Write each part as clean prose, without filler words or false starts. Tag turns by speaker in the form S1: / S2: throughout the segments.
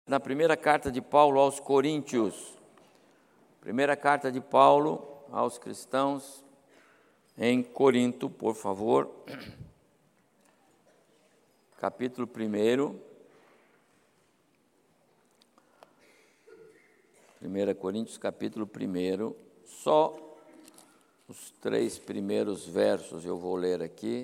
S1: na primeira carta de Paulo aos Coríntios. Primeira carta de Paulo aos cristãos em Corinto, por favor. Capítulo 1. 1 Coríntios, capítulo 1. Só os 3 primeiros versos eu vou ler aqui.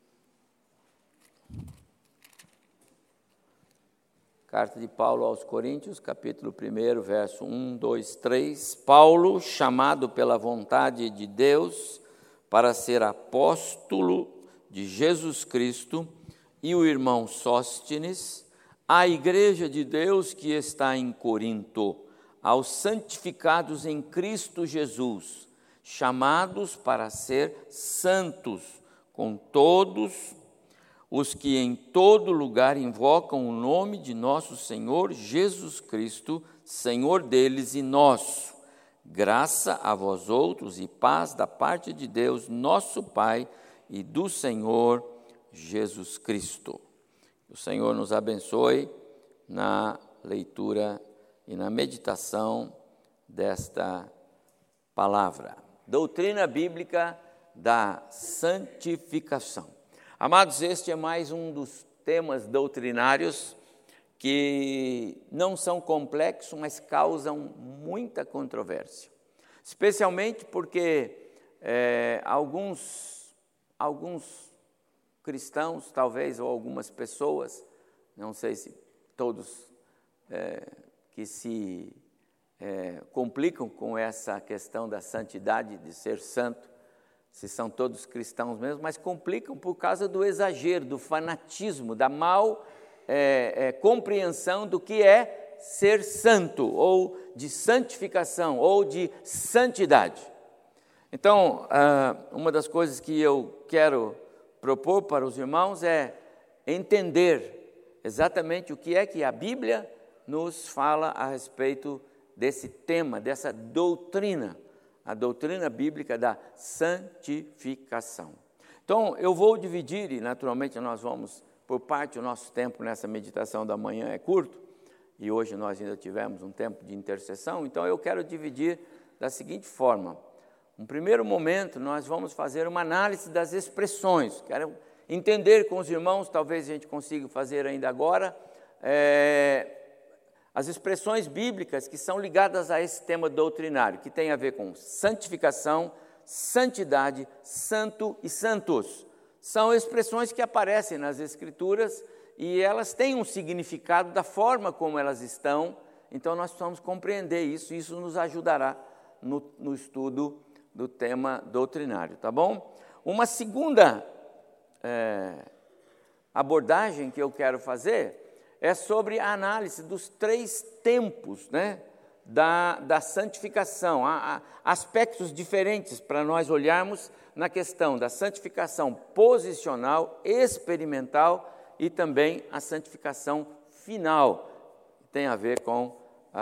S1: Carta de Paulo aos Coríntios, capítulo 1, verso 1, 2, 3. Paulo, chamado pela vontade de Deus para ser apóstolo de Jesus Cristo, e o irmão Sóstenes, à igreja de Deus que está em Corinto, aos santificados em Cristo Jesus, chamados para ser santos, com todos os que em todo lugar invocam o nome de nosso Senhor Jesus Cristo, Senhor deles e nosso. Graça a vós outros e paz da parte de Deus, nosso Pai, e do Senhor Jesus Cristo. O Senhor nos abençoe na leitura e na meditação desta palavra. Doutrina bíblica da santificação. Amados, este é mais um dos temas doutrinários que não são complexos, mas causam muita controvérsia. Especialmente porque alguns cristãos, talvez, ou algumas pessoas, não sei se todos que se complicam com essa questão da santidade, de ser santo, se são todos cristãos mesmo, mas complicam por causa do exagero, do fanatismo, da mal compreensão do que é ser santo, ou de santificação, ou de santidade. Então, uma das coisas que eu quero propor para os irmãos é entender exatamente o que é que a Bíblia nos fala a respeito desse tema, dessa doutrina, a doutrina bíblica da santificação. Então, eu vou dividir, e naturalmente nós vamos, por parte do nosso tempo nessa meditação da manhã é curto, e hoje nós ainda tivemos um tempo de intercessão, então eu quero dividir da seguinte forma. No primeiro momento, nós vamos fazer uma análise das expressões. Quero entender com os irmãos, talvez a gente consiga fazer ainda agora, as expressões bíblicas que são ligadas a esse tema doutrinário, que tem a ver com santificação, santidade, santo e santos. São expressões que aparecem nas Escrituras e elas têm um significado da forma como elas estão, então nós precisamos compreender isso, e isso nos ajudará no estudo do tema doutrinário, tá bom? Uma segunda abordagem que eu quero fazer é sobre a análise dos 3 tempos, da santificação. Há aspectos diferentes para nós olharmos na questão da santificação posicional, experimental e também a santificação final. Tem a ver com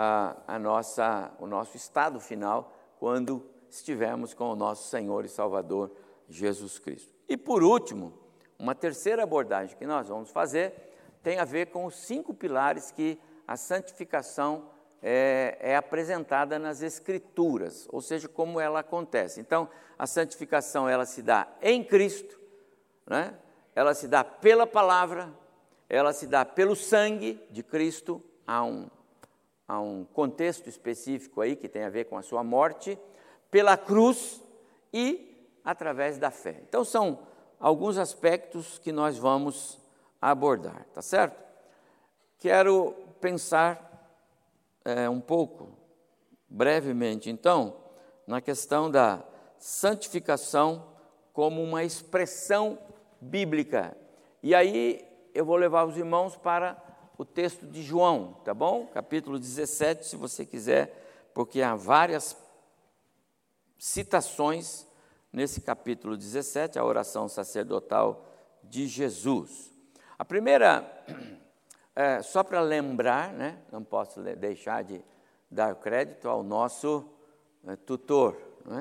S1: o nosso estado final, quando estivermos com o nosso Senhor e Salvador Jesus Cristo. E por último, uma terceira abordagem que nós vamos fazer tem a ver com os 5 pilares que a santificação é apresentada nas Escrituras, ou seja, como ela acontece. Então, a santificação ela se dá em Cristo, ela se dá pela palavra, ela se dá pelo sangue de Cristo, há um contexto específico aí que tem a ver com a sua morte, pela cruz e através da fé. Então, são alguns aspectos que nós vamos abordar, tá certo? Quero pensar um pouco, brevemente, então, na questão da santificação como uma expressão bíblica. E aí eu vou levar os irmãos para o texto de João, tá bom? Capítulo 17, se você quiser, porque há várias citações nesse capítulo 17, a oração sacerdotal de Jesus. A primeira, só para lembrar, não posso deixar de dar crédito ao nosso tutor,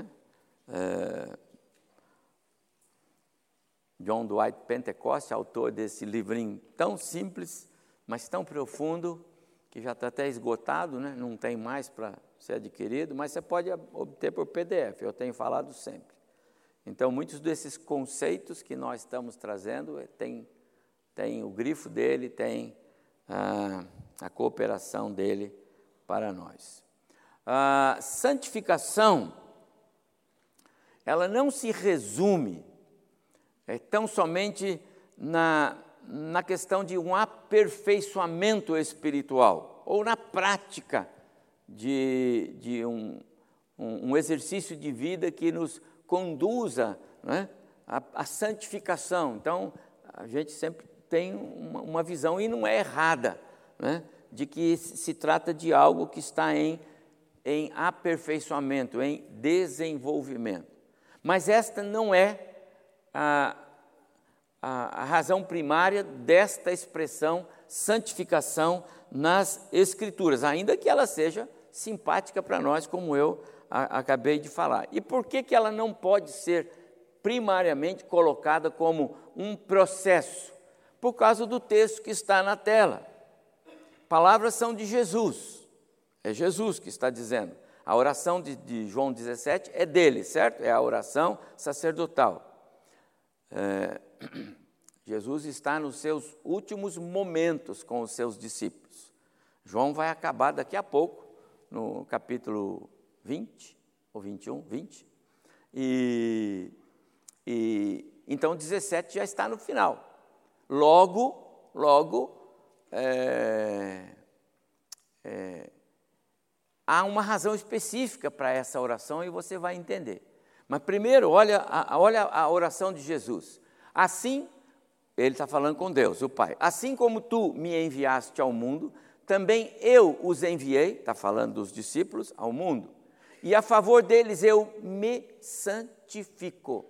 S1: John Dwight Pentecost, autor desse livrinho tão simples, mas tão profundo, que já está até esgotado, né? Não tem mais para ser adquirido, mas você pode obter por PDF, eu tenho falado sempre. Então, muitos desses conceitos que nós estamos trazendo, tem o grifo dele, tem a cooperação dele para nós. A santificação, ela não se resume tão somente na questão de um aperfeiçoamento espiritual, ou na prática de um exercício de vida que nos conduza, né, à santificação. Então, a gente sempre tem uma visão, e não é errada, né, de que se trata de algo que está em aperfeiçoamento, em desenvolvimento. Mas esta não é a razão primária desta expressão santificação nas Escrituras, ainda que ela seja simpática para nós, como eu acabei de falar. E por que ela não pode ser primariamente colocada como um processo? Por causa do texto que está na tela. Palavras são de Jesus, é Jesus que está dizendo. A oração de João 17 é dele, certo? É a oração sacerdotal. Jesus está nos seus últimos momentos com os seus discípulos. João vai acabar daqui a pouco, no capítulo 20, ou 21, 20. Então 17 já está no final. Logo, há uma razão específica para essa oração e você vai entender. Mas primeiro, olha a oração de Jesus. Assim, ele está falando com Deus, o Pai. Assim como tu me enviaste ao mundo, também eu os enviei, está falando dos discípulos, ao mundo. E a favor deles eu me santifico.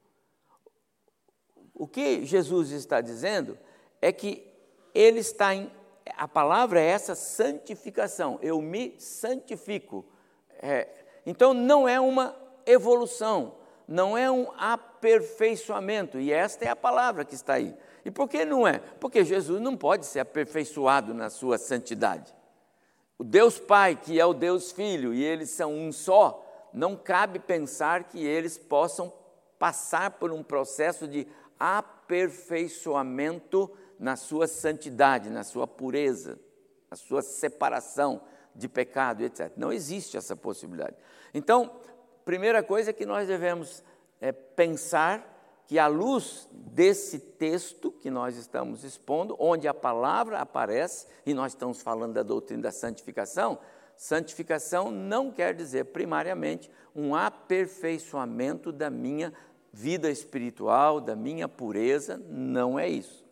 S1: O que Jesus está dizendo é que ele está a palavra é essa, santificação. Eu me santifico. Então, não é uma evolução, não é um aperfeiçoamento. E esta é a palavra que está aí. E por que não é? Porque Jesus não pode ser aperfeiçoado na sua santidade. O Deus Pai, que é o Deus Filho, e eles são um só, não cabe pensar que eles possam passar por um processo de aperfeiçoamento na sua santidade, na sua pureza, na sua separação de pecado, etc. Não existe essa possibilidade. Então, primeira coisa que nós devemos pensar que, à luz desse texto que nós estamos expondo, onde a palavra aparece, e nós estamos falando da doutrina da santificação, santificação não quer dizer primariamente um aperfeiçoamento da minha vida espiritual, da minha pureza, não é isso.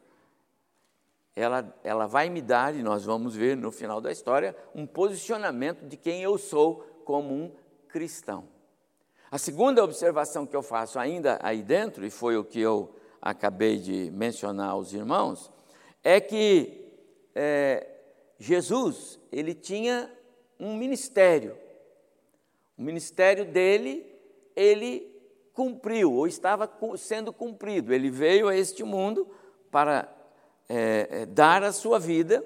S1: Ela vai me dar, e nós vamos ver no final da história, um posicionamento de quem eu sou como um cristão. A segunda observação que eu faço ainda aí dentro, e foi o que eu acabei de mencionar aos irmãos, é que Jesus, ele tinha um ministério. O ministério dele, ele cumpriu, ou estava sendo cumprido. Ele veio a este mundo para dar a sua vida,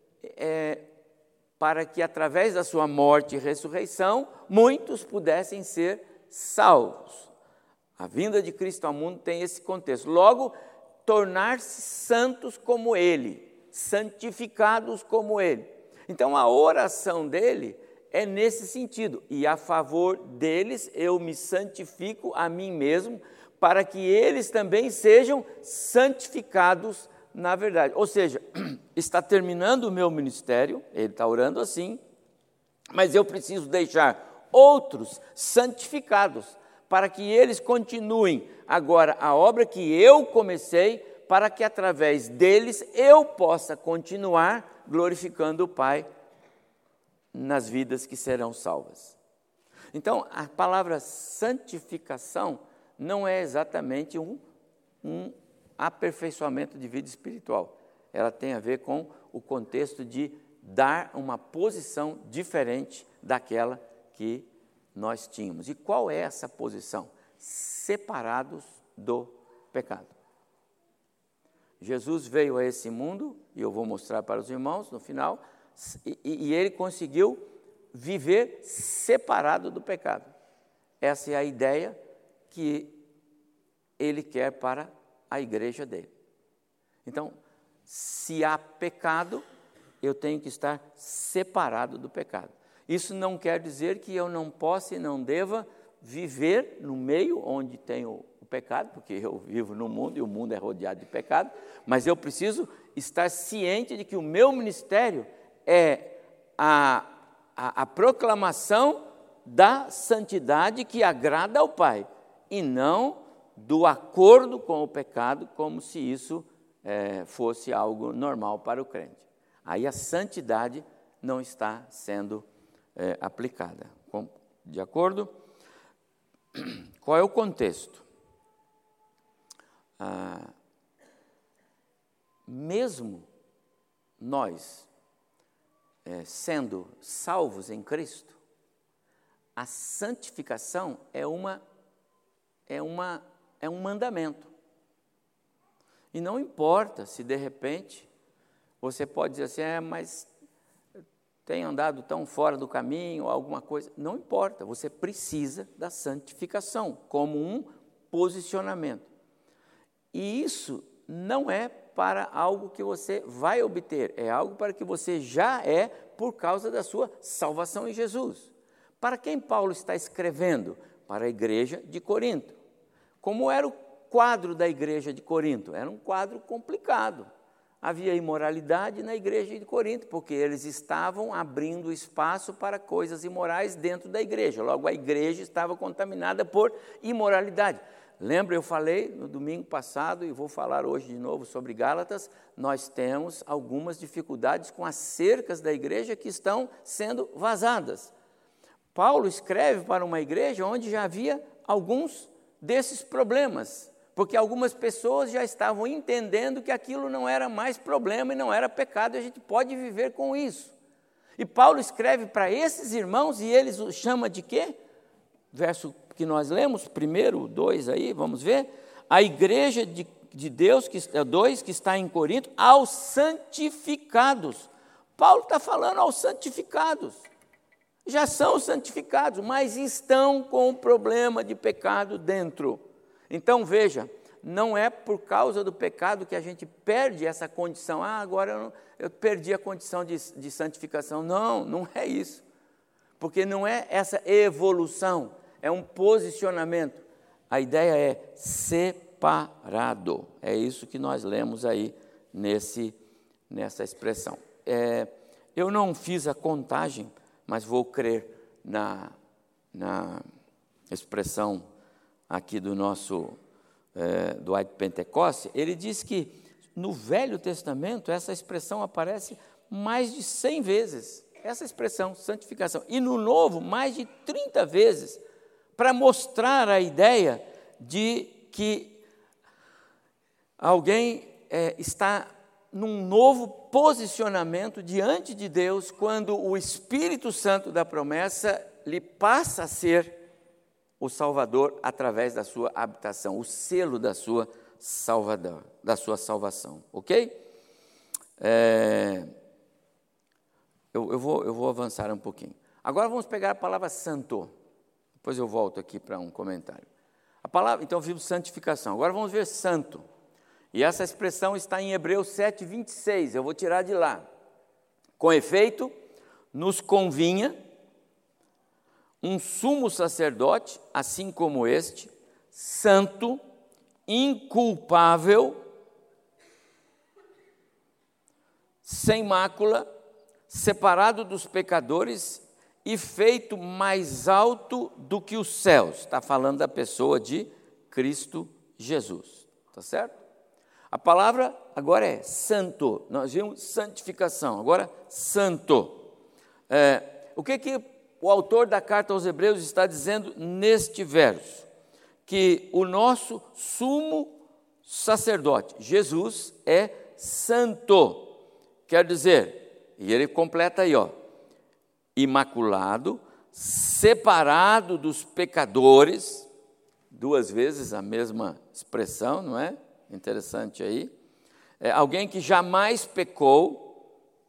S1: para que através da sua morte e ressurreição, muitos pudessem ser salvos. A vinda de Cristo ao mundo tem esse contexto. Logo, tornar-se santos como Ele, santificados como Ele. Então, a oração dele é nesse sentido. E a favor deles, eu me santifico a mim mesmo, para que eles também sejam santificados na verdade. Ou seja, está terminando o meu ministério, ele está orando assim, mas eu preciso deixar outros santificados, para que eles continuem agora a obra que eu comecei, para que através deles eu possa continuar glorificando o Pai nas vidas que serão salvas. Então, a palavra santificação não é exatamente um aperfeiçoamento de vida espiritual. Ela tem a ver com o contexto de dar uma posição diferente daquela que nós tínhamos. E qual é essa posição? Separados do pecado. Jesus veio a esse mundo, e eu vou mostrar para os irmãos no final, e ele conseguiu viver separado do pecado. Essa é a ideia que ele quer para a igreja dele. Então, se há pecado, eu tenho que estar separado do pecado. Isso não quer dizer que eu não possa e não deva viver no meio onde tem o pecado, porque eu vivo no mundo e o mundo é rodeado de pecado, mas eu preciso estar ciente de que o meu ministério é a proclamação da santidade que agrada ao Pai, e não do acordo com o pecado, como se isso fosse algo normal para o crente. Aí a santidade não está sendo aplicada. De acordo? Qual é o contexto? Mesmo nós sendo salvos em Cristo, a santificação é um mandamento. E não importa se de repente você pode dizer assim, mas tem andado tão fora do caminho, ou alguma coisa. Não importa, você precisa da santificação como um posicionamento. E isso não é para algo que você vai obter, é algo para que você já é por causa da sua salvação em Jesus. Para quem Paulo está escrevendo? Para a igreja de Corinto. Como era o quadro da igreja de Corinto? Era um quadro complicado. Havia imoralidade na igreja de Corinto, porque eles estavam abrindo espaço para coisas imorais dentro da igreja. Logo, a igreja estava contaminada por imoralidade. Lembra, eu falei no domingo passado, e vou falar hoje de novo sobre Gálatas, nós temos algumas dificuldades com as cercas da igreja que estão sendo vazadas. Paulo escreve para uma igreja onde já havia alguns desses problemas, porque algumas pessoas já estavam entendendo que aquilo não era mais problema e não era pecado, e a gente pode viver com isso. E Paulo escreve para esses irmãos e eles o chama de quê? Verso que nós lemos, primeiro, 2 aí, vamos ver. A igreja de Deus, que está em Corinto, aos santificados. Paulo está falando aos santificados. Já são santificados, mas estão com um problema de pecado dentro. Então, veja, não é por causa do pecado que a gente perde essa condição. Agora eu perdi a condição de santificação. Não, não é isso. Porque não é essa evolução, é um posicionamento. A ideia é separado. É isso que nós lemos aí nessa expressão. Eu não fiz a contagem, mas vou crer na expressão aqui do nosso Dwight Pentecoste. Ele diz que no Velho Testamento essa expressão aparece mais de 100 vezes, essa expressão, santificação. E no Novo, mais de 30 vezes, para mostrar a ideia de que alguém está num novo posicionamento diante de Deus, quando o Espírito Santo da promessa lhe passa a ser o Salvador através da sua habitação, o selo da sua salvação, ok? Eu vou avançar um pouquinho. Agora vamos pegar a palavra santo, depois eu volto aqui para um comentário. Então vimos santificação, agora vamos ver santo. E essa expressão está em Hebreus 7:26, eu vou tirar de lá. Com efeito, nos convinha um sumo sacerdote, assim como este, santo, inculpável, sem mácula, separado dos pecadores e feito mais alto do que os céus. Está falando da pessoa de Cristo Jesus, está certo? A palavra agora é santo. Nós vimos santificação, agora santo. O que o autor da carta aos Hebreus está dizendo neste verso? Que o nosso sumo sacerdote, Jesus, é santo. Quer dizer, e ele completa aí, imaculado, separado dos pecadores, 2 vezes a mesma expressão, não é? Interessante aí. Alguém que jamais pecou, né?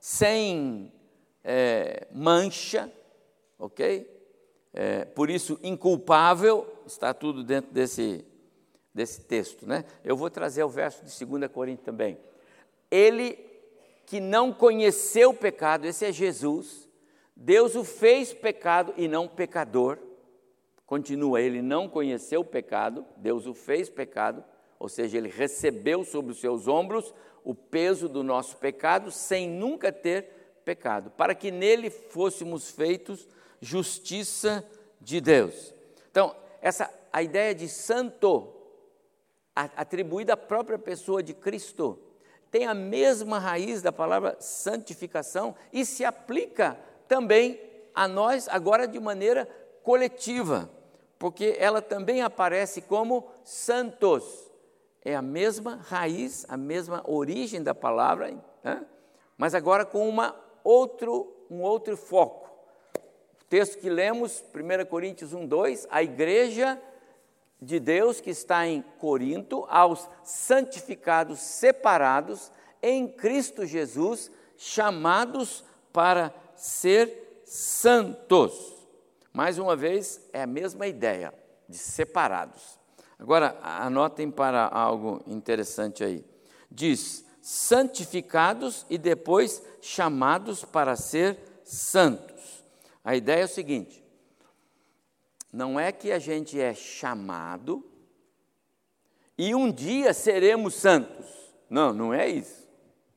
S1: sem mancha, ok? Por isso, inculpável, está tudo dentro desse texto, né? Eu vou trazer o verso de 2 Coríntios também. Ele que não conheceu o pecado, esse é Jesus, Deus o fez pecado e não pecador. Continua, ele não conheceu o pecado, Deus o fez pecado, ou seja, ele recebeu sobre os seus ombros o peso do nosso pecado sem nunca ter pecado, para que nele fôssemos feitos justiça de Deus. Então, a ideia de santo, atribuída à própria pessoa de Cristo, tem a mesma raiz da palavra santificação e se aplica também a nós agora de maneira coletiva, porque ela também aparece como santos. É a mesma raiz, a mesma origem da palavra, né? Mas agora com um outro foco. O texto que lemos, 1 Coríntios 1:2, a igreja de Deus que está em Corinto, aos santificados separados em Cristo Jesus, chamados para ser santos. Mais uma vez, é a mesma ideia de separados. Agora, anotem para algo interessante aí. Diz, santificados e depois chamados para ser santos. A ideia é o seguinte, não é que a gente é chamado e um dia seremos santos. Não, não é isso.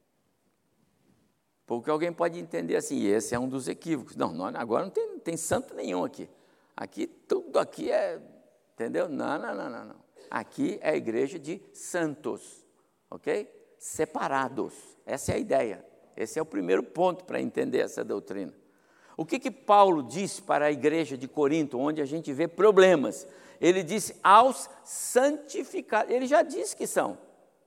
S1: Porque alguém pode entender assim, esse é um dos equívocos. Não, agora não tem santo nenhum aqui. Aqui, tudo aqui é, entendeu? Não. Aqui é a igreja de santos, ok? Separados. Essa é a ideia. Esse é o primeiro ponto para entender essa doutrina. O que Paulo disse para a igreja de Corinto, onde a gente vê problemas? Ele disse aos santificados. Ele já disse que são.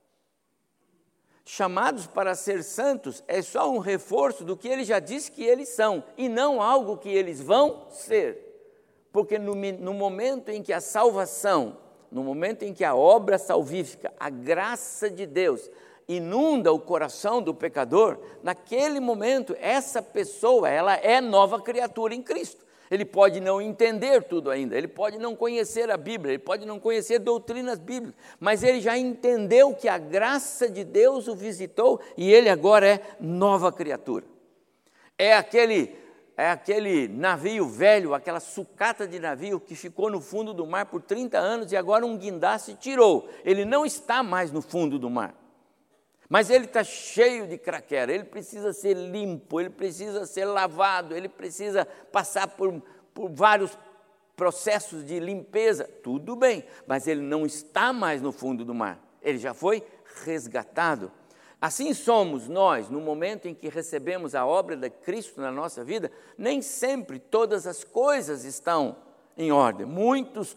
S1: Chamados para ser santos é só um reforço do que ele já disse que eles são, e não algo que eles vão ser. Porque no momento em que a salvação, no momento em que a obra salvífica, a graça de Deus, inunda o coração do pecador, naquele momento, essa pessoa, ela é nova criatura em Cristo. Ele pode não entender tudo ainda, ele pode não conhecer a Bíblia, ele pode não conhecer doutrinas bíblicas, mas ele já entendeu que a graça de Deus o visitou e ele agora é nova criatura. É aquele navio velho, aquela sucata de navio que ficou no fundo do mar por 30 anos e agora um guindaste tirou. Ele não está mais no fundo do mar. Mas ele está cheio de craquera, ele precisa ser limpo, ele precisa ser lavado, ele precisa passar por vários processos de limpeza. Tudo bem, mas ele não está mais no fundo do mar, ele já foi resgatado. Assim somos nós, no momento em que recebemos a obra de Cristo na nossa vida, nem sempre todas as coisas estão em ordem. Muitos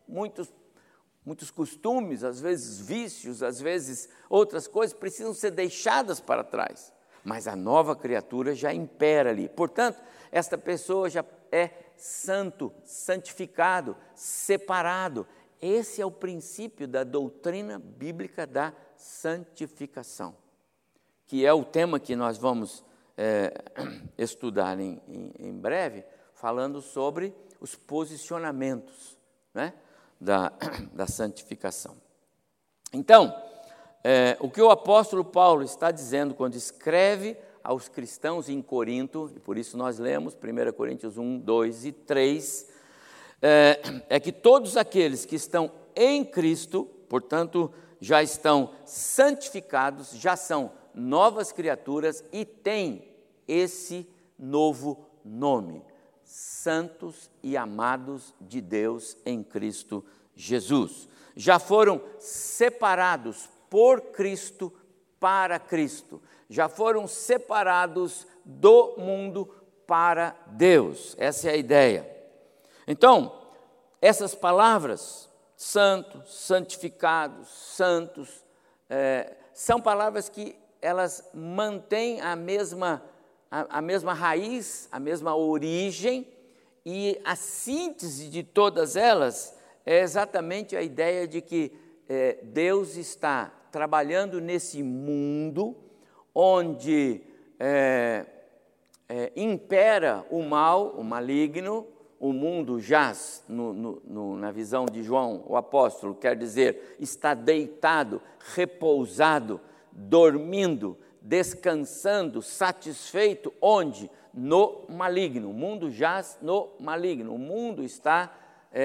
S1: costumes, às vezes vícios, às vezes outras coisas precisam ser deixadas para trás. Mas a nova criatura já impera ali. Portanto, esta pessoa já é santo, santificado, separado. Esse é o princípio da doutrina bíblica da santificação, que é o tema que nós vamos estudar em breve, falando sobre os posicionamentos, né, da santificação. Então, o que o apóstolo Paulo está dizendo quando escreve aos cristãos em Corinto, e por isso nós lemos 1 Coríntios 1, 2 e 3, é que todos aqueles que estão em Cristo, portanto, já estão santificados, já são novas criaturas e têm esse novo nome, santos e amados de Deus em Cristo Jesus. Já foram separados por Cristo para Cristo. Já foram separados do mundo para Deus. Essa é a ideia. Então, essas palavras, santo, santificados, santos, são palavras que elas mantêm a mesma raiz, a mesma origem, e a síntese de todas elas é exatamente a ideia de que Deus está trabalhando nesse mundo onde impera o mal, o maligno, o mundo jaz, na visão de João, o apóstolo, quer dizer, está deitado, repousado, dormindo, descansando, satisfeito, onde? No maligno. O mundo jaz no maligno. O mundo está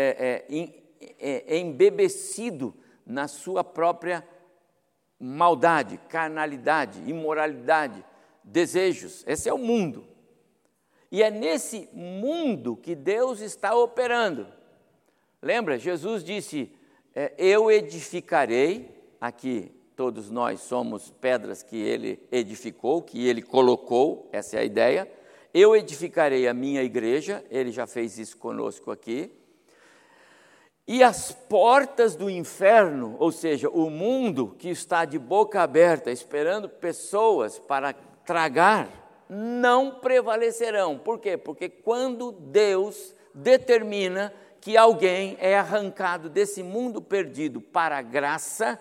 S1: embebecido na sua própria maldade, carnalidade, imoralidade, desejos. Esse é o mundo. E é nesse mundo que Deus está operando. Lembra? Jesus disse, eu edificarei, aqui todos nós somos pedras que Ele edificou, que Ele colocou, essa é a ideia. Eu edificarei a minha igreja, Ele já fez isso conosco aqui. E as portas do inferno, ou seja, o mundo que está de boca aberta, esperando pessoas para tragar, não prevalecerão. Por quê? Porque quando Deus determina que alguém é arrancado desse mundo perdido para a graça,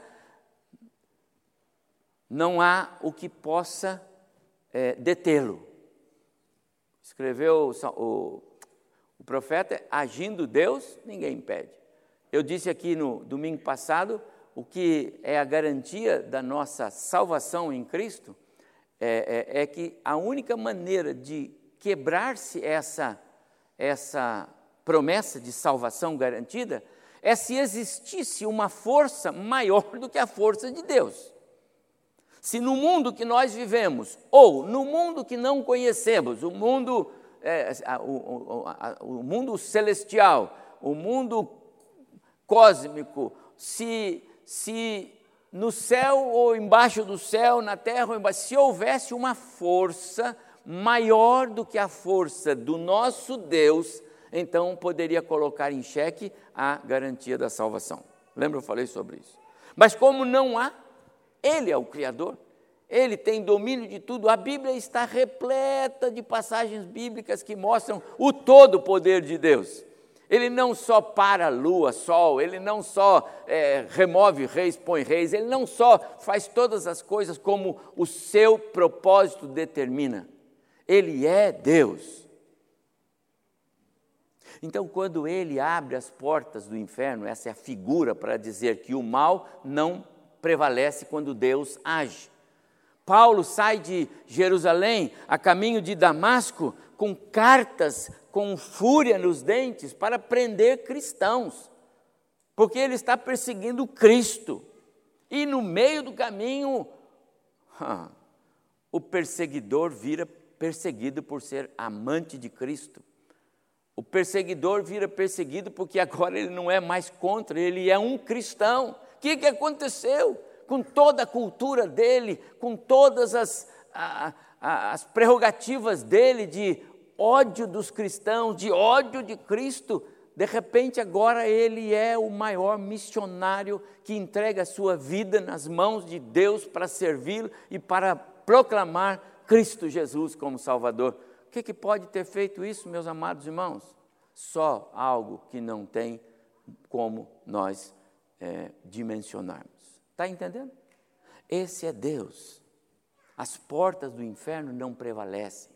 S1: não há o que possa detê-lo. Escreveu o profeta, agindo Deus, ninguém impede. Eu disse aqui no domingo passado, o que é a garantia da nossa salvação em Cristo, é que a única maneira de quebrar-se essa promessa de salvação garantida é se existisse uma força maior do que a força de Deus. Se no mundo que nós vivemos, ou no mundo que não conhecemos, o mundo celestial, o mundo cósmico, se no céu ou embaixo do céu, na terra ou embaixo, se houvesse uma força maior do que a força do nosso Deus, então poderia colocar em xeque a garantia da salvação. Lembra, eu falei sobre isso. Mas como não há, Ele é o Criador, Ele tem domínio de tudo. A Bíblia está repleta de passagens bíblicas que mostram o todo poder de Deus. Ele não só para a lua, sol, Ele não só remove reis, põe reis, Ele não só faz todas as coisas como o seu propósito determina. Ele é Deus. Então, quando Ele abre as portas do inferno, essa é a figura para dizer que o mal não prevalece quando Deus age. Paulo sai de Jerusalém a caminho de Damasco com cartas, com fúria nos dentes para prender cristãos, porque ele está perseguindo Cristo. E no meio do caminho, o perseguidor vira perseguido por ser amante de Cristo. O perseguidor vira perseguido porque agora ele não é mais contra, ele é um cristão. O que aconteceu? Com toda a cultura dele, com todas as prerrogativas dele de ódio dos cristãos, de ódio de Cristo, de repente agora ele é o maior missionário que entrega a sua vida nas mãos de Deus para servi-lo e para proclamar Cristo Jesus como Salvador. O que pode ter feito isso, meus amados irmãos? Só algo que não tem como nós dimensionarmos. Está entendendo? Esse é Deus. As portas do inferno não prevalecem.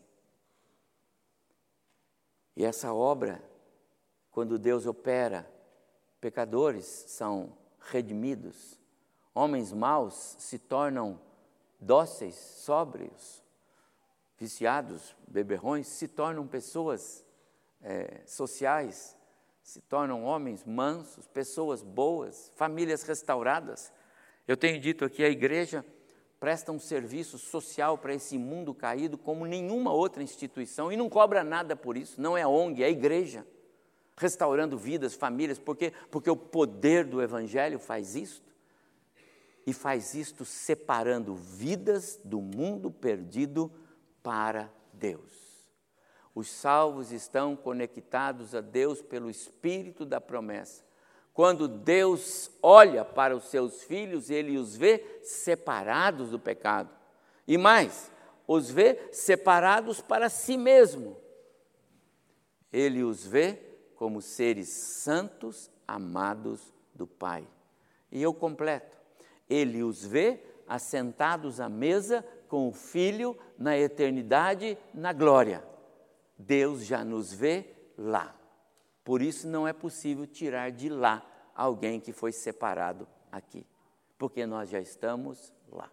S1: E essa obra, quando Deus opera, pecadores são redimidos, homens maus se tornam dóceis, sóbrios, viciados, beberrões, se tornam pessoas sociais, se tornam homens mansos, pessoas boas, famílias restauradas. Eu tenho dito aqui, a igreja presta um serviço social para esse mundo caído como nenhuma outra instituição e não cobra nada por isso, não é ONG, é igreja, restaurando vidas, famílias, porque o poder do Evangelho faz isto, e faz isto separando vidas do mundo perdido para Deus. Os salvos estão conectados a Deus pelo Espírito da promessa. Quando Deus olha para os seus filhos, Ele os vê separados do pecado. E mais, os vê separados para si mesmo. Ele os vê como seres santos, amados do Pai. E eu completo. Ele os vê assentados à mesa com o Filho na eternidade, na glória. Deus já nos vê lá. Por isso não é possível tirar de lá alguém que foi separado aqui, porque nós já estamos lá.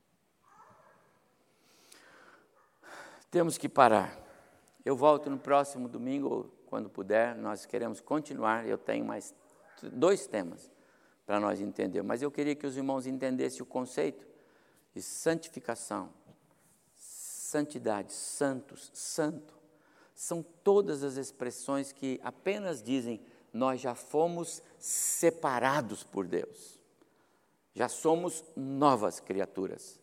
S1: Temos que parar. Eu volto no próximo domingo, quando puder, nós queremos continuar. Eu tenho mais 2 temas para nós entender, mas eu queria que os irmãos entendessem o conceito de santificação, santidade, santos, santo. São todas as expressões que apenas dizem: nós já fomos separados por Deus, já somos novas criaturas,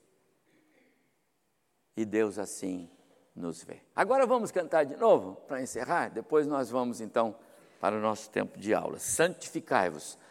S1: e Deus assim nos vê. Agora vamos cantar de novo, para encerrar, depois nós vamos então para o nosso tempo de aula. Santificai-vos